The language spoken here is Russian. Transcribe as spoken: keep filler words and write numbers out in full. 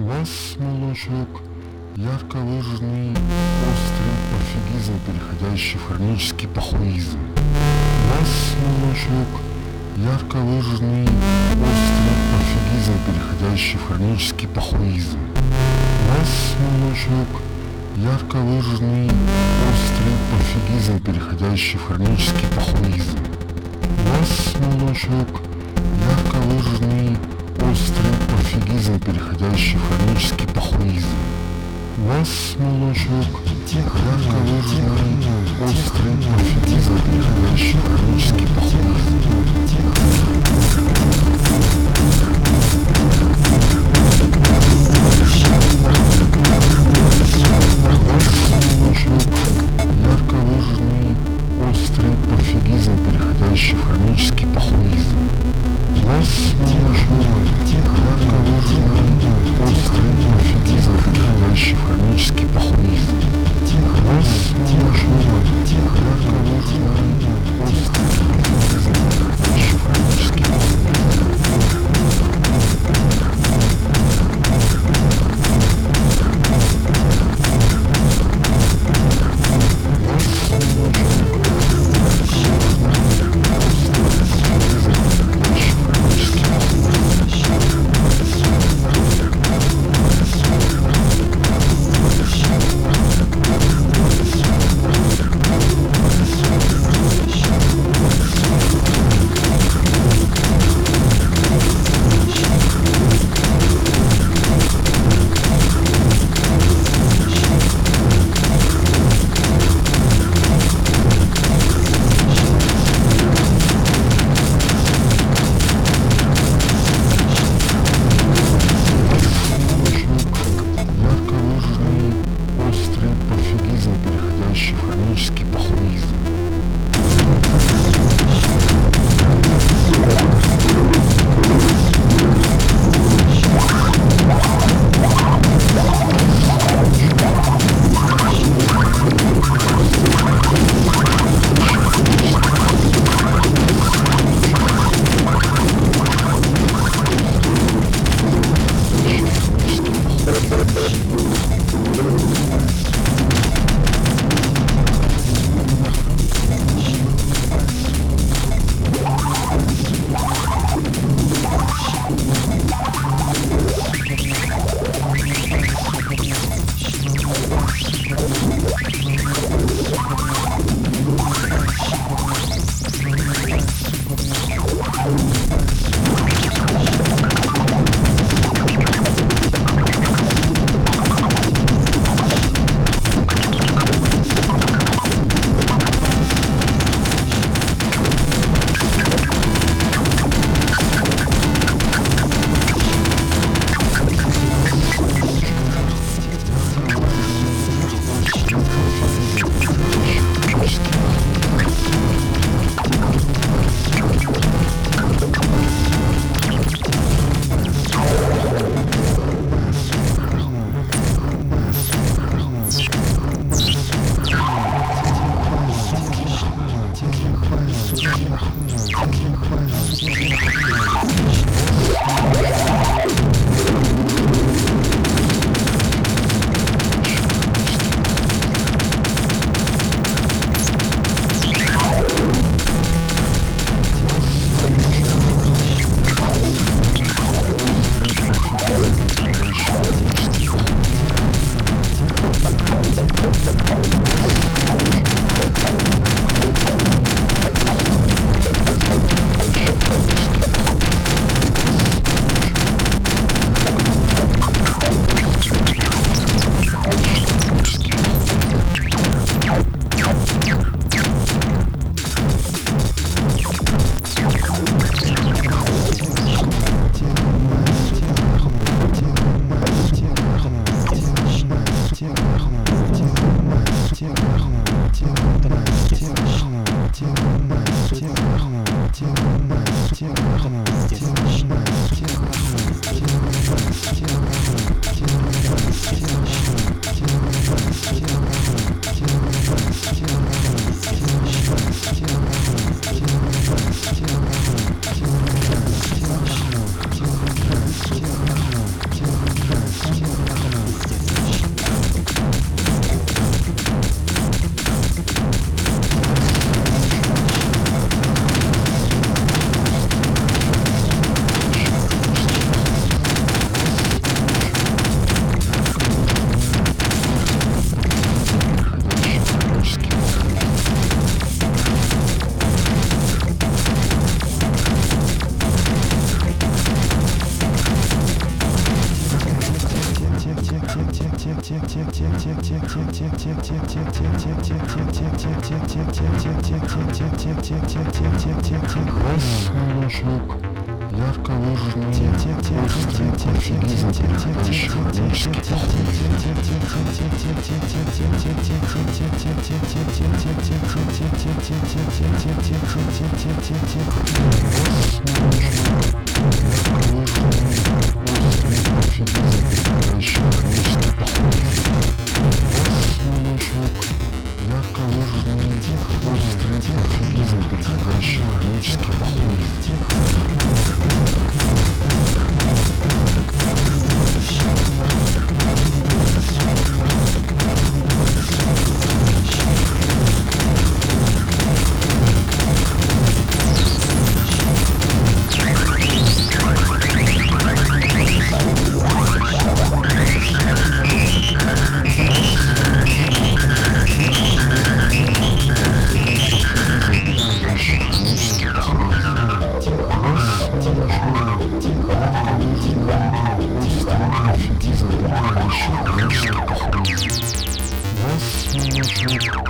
Вас, молочок, ярко выраженный острый пофигизм, переходящий в хронический похуизм. Вас, молочок, ярко выраженный острый пофигизм, переходящий в хронический похуизм. Вас, молочок, ярко выраженный острый пофигизм, переходящий в хронический похуизм. Вас, молочок, ярко выраженный острый пофигизм, переходящий в хронический похуизм. Вас, молочок, ярко выраженный острый пофигизм, переходящий в хронический похуизм. Ярко выраженный острый пофигизм, переходящий в хронический похуизм. Вас, молочок, ярко выраженный острый пофигизм, переходящий в хронический похуизм. Вас, молочок, ярко выраженный острый пофигизм, переходящий в хронический похуизм. Ярко выжженный острый пофигизм, переходящий в хронический Ярко выжженный острый пофигизм, переходящий в хронический Вас